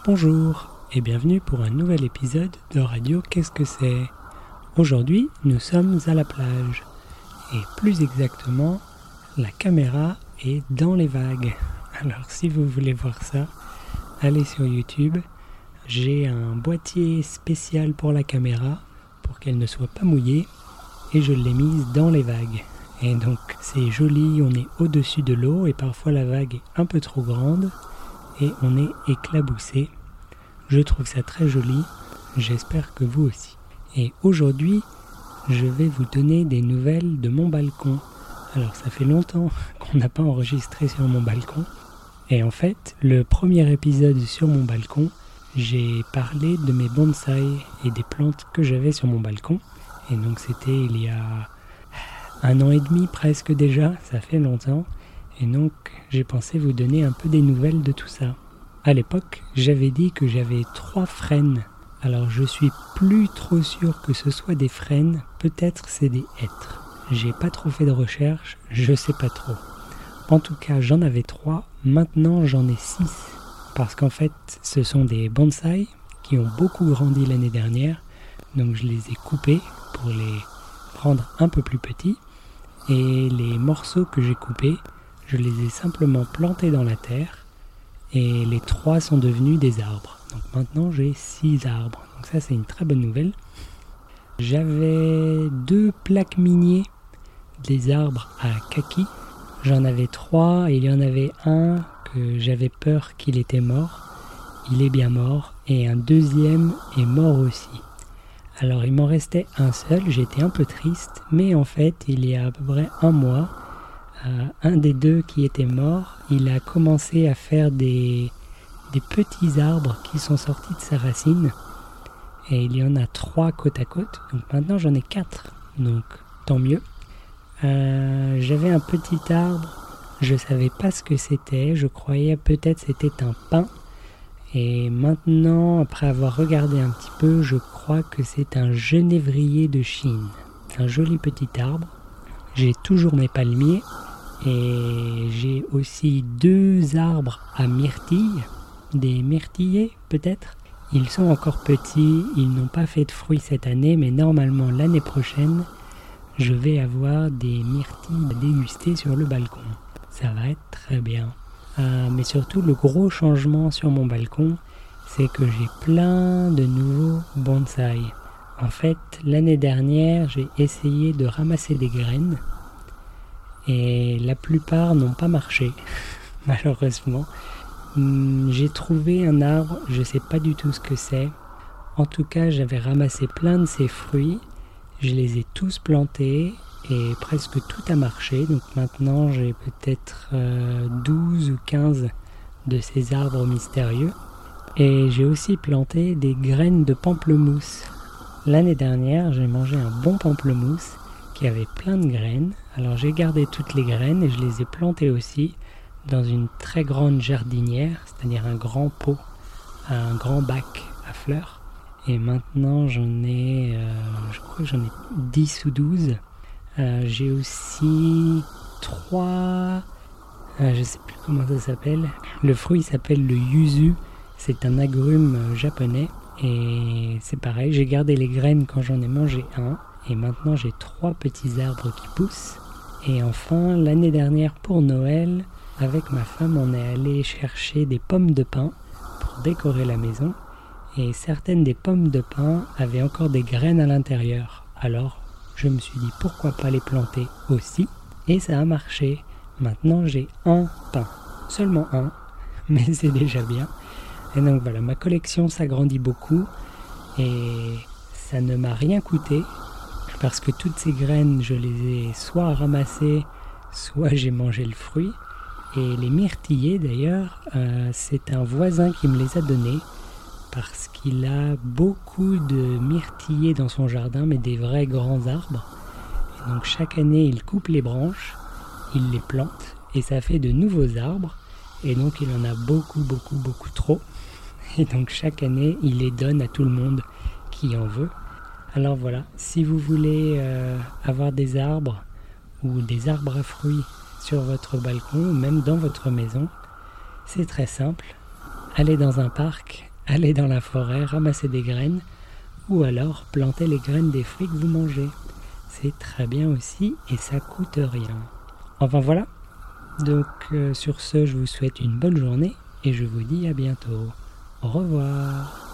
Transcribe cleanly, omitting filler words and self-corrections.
Bonjour et bienvenue pour un nouvel épisode de Radio Qu'est-ce que c'est ? Aujourd'hui, nous sommes à la plage et plus exactement, la caméra est dans les vagues. Alors si vous voulez voir ça, allez sur YouTube. J'ai un boîtier spécial pour la caméra pour qu'elle ne soit pas mouillée et je l'ai mise dans les vagues. Et donc c'est joli, on est au-dessus de l'eau et parfois la vague est un peu trop grande et on est éclaboussé. Je trouve ça très joli, j'espère que vous aussi. Et aujourd'hui, je vais vous donner des nouvelles de mon balcon. Alors ça fait longtemps qu'on n'a pas enregistré sur mon balcon. Et en fait, le premier épisode sur mon balcon, j'ai parlé de mes bonsaïs et des plantes que j'avais sur mon balcon. Et donc c'était il y a 1 an et demi presque déjà, ça fait longtemps. Et donc j'ai pensé vous donner un peu des nouvelles de tout ça. À l'époque, j'avais dit que j'avais 3 frênes. Alors je suis plus trop sûr que ce soit des frênes, peut-être c'est des hêtres. J'ai pas trop fait de recherche, je sais pas trop. En tout cas, j'en avais 3, maintenant j'en ai 6. Parce qu'en fait, ce sont des bonsaïs qui ont beaucoup grandi l'année dernière. Donc je les ai coupés pour les rendre un peu plus petits. Et les morceaux que j'ai coupés, je les ai simplement plantés dans la terre. Et les 3 sont devenus des arbres. Donc maintenant j'ai 6 arbres. Donc ça c'est une très bonne nouvelle. J'avais 2 plaques miniers, des arbres à kaki. J'en avais 3 et il y en avait un que j'avais peur qu'il était mort. Il est bien mort. Et un deuxième est mort aussi. Alors il m'en restait un seul, j'étais un peu triste. Mais en fait il y a à peu près un mois, un des 2 qui était mort, il a commencé à faire des petits arbres qui sont sortis de sa racine. Et il y en a 3 côte à côte. Donc maintenant j'en ai 4. Donc tant mieux. J'avais un petit arbre. Je savais pas ce que c'était. Je croyais peut-être c'était un pin. Et maintenant, après avoir regardé un petit peu, je crois que c'est un genévrier de Chine. Un joli petit arbre. J'ai toujours mes palmiers. Et j'ai aussi 2 arbres à myrtilles, des myrtillers peut-être. Ils sont encore petits, ils n'ont pas fait de fruits cette année, mais normalement l'année prochaine, je vais avoir des myrtilles à déguster sur le balcon. Ça va être très bien. Mais surtout, le gros changement sur mon balcon, c'est que j'ai plein de nouveaux bonsaïs. En fait, l'année dernière, j'ai essayé de ramasser des graines. Et la plupart n'ont pas marché, malheureusement. J'ai trouvé un arbre, je ne sais pas du tout ce que c'est. En tout cas, j'avais ramassé plein de ces fruits. Je les ai tous plantés et presque tout a marché. Donc maintenant, j'ai peut-être 12 ou 15 de ces arbres mystérieux. Et j'ai aussi planté des graines de pamplemousse. L'année dernière, j'ai mangé un bon pamplemousse qui avait plein de graines. Alors j'ai gardé toutes les graines et je les ai plantées aussi dans une très grande jardinière, c'est-à-dire un grand pot, un grand bac à fleurs. Et maintenant j'en ai, je crois que j'en ai 10 ou 12. J'ai aussi 3, je sais plus comment ça s'appelle. Le fruit s'appelle le yuzu, c'est un agrume japonais. Et c'est pareil, j'ai gardé les graines quand j'en ai mangé un. Et maintenant j'ai 3 petits arbres qui poussent. Et enfin, l'année dernière pour Noël, avec ma femme, on est allé chercher des pommes de pin pour décorer la maison. Et certaines des pommes de pin avaient encore des graines à l'intérieur. Alors, je me suis dit pourquoi pas les planter aussi. Et ça a marché. Maintenant j'ai un pin. Seulement un, mais c'est déjà bien. Et donc voilà, ma collection s'agrandit beaucoup. Et ça ne m'a rien coûté. Parce que toutes ces graines, je les ai soit ramassées, soit j'ai mangé le fruit. Et les myrtillers, d'ailleurs, c'est un voisin qui me les a donnés. Parce qu'il a beaucoup de myrtillers dans son jardin, mais des vrais grands arbres. Et donc chaque année, il coupe les branches, il les plante, et ça fait de nouveaux arbres. Et donc il en a beaucoup trop. Et donc chaque année, il les donne à tout le monde qui en veut. Alors voilà, si vous voulez avoir des arbres ou des arbres à fruits sur votre balcon ou même dans votre maison, c'est très simple. Allez dans un parc, aller dans la forêt, ramasser des graines, ou alors planter les graines des fruits que vous mangez. C'est très bien aussi et ça coûte rien. Enfin voilà, donc sur ce, je vous souhaite une bonne journée et je vous dis à bientôt. Au revoir.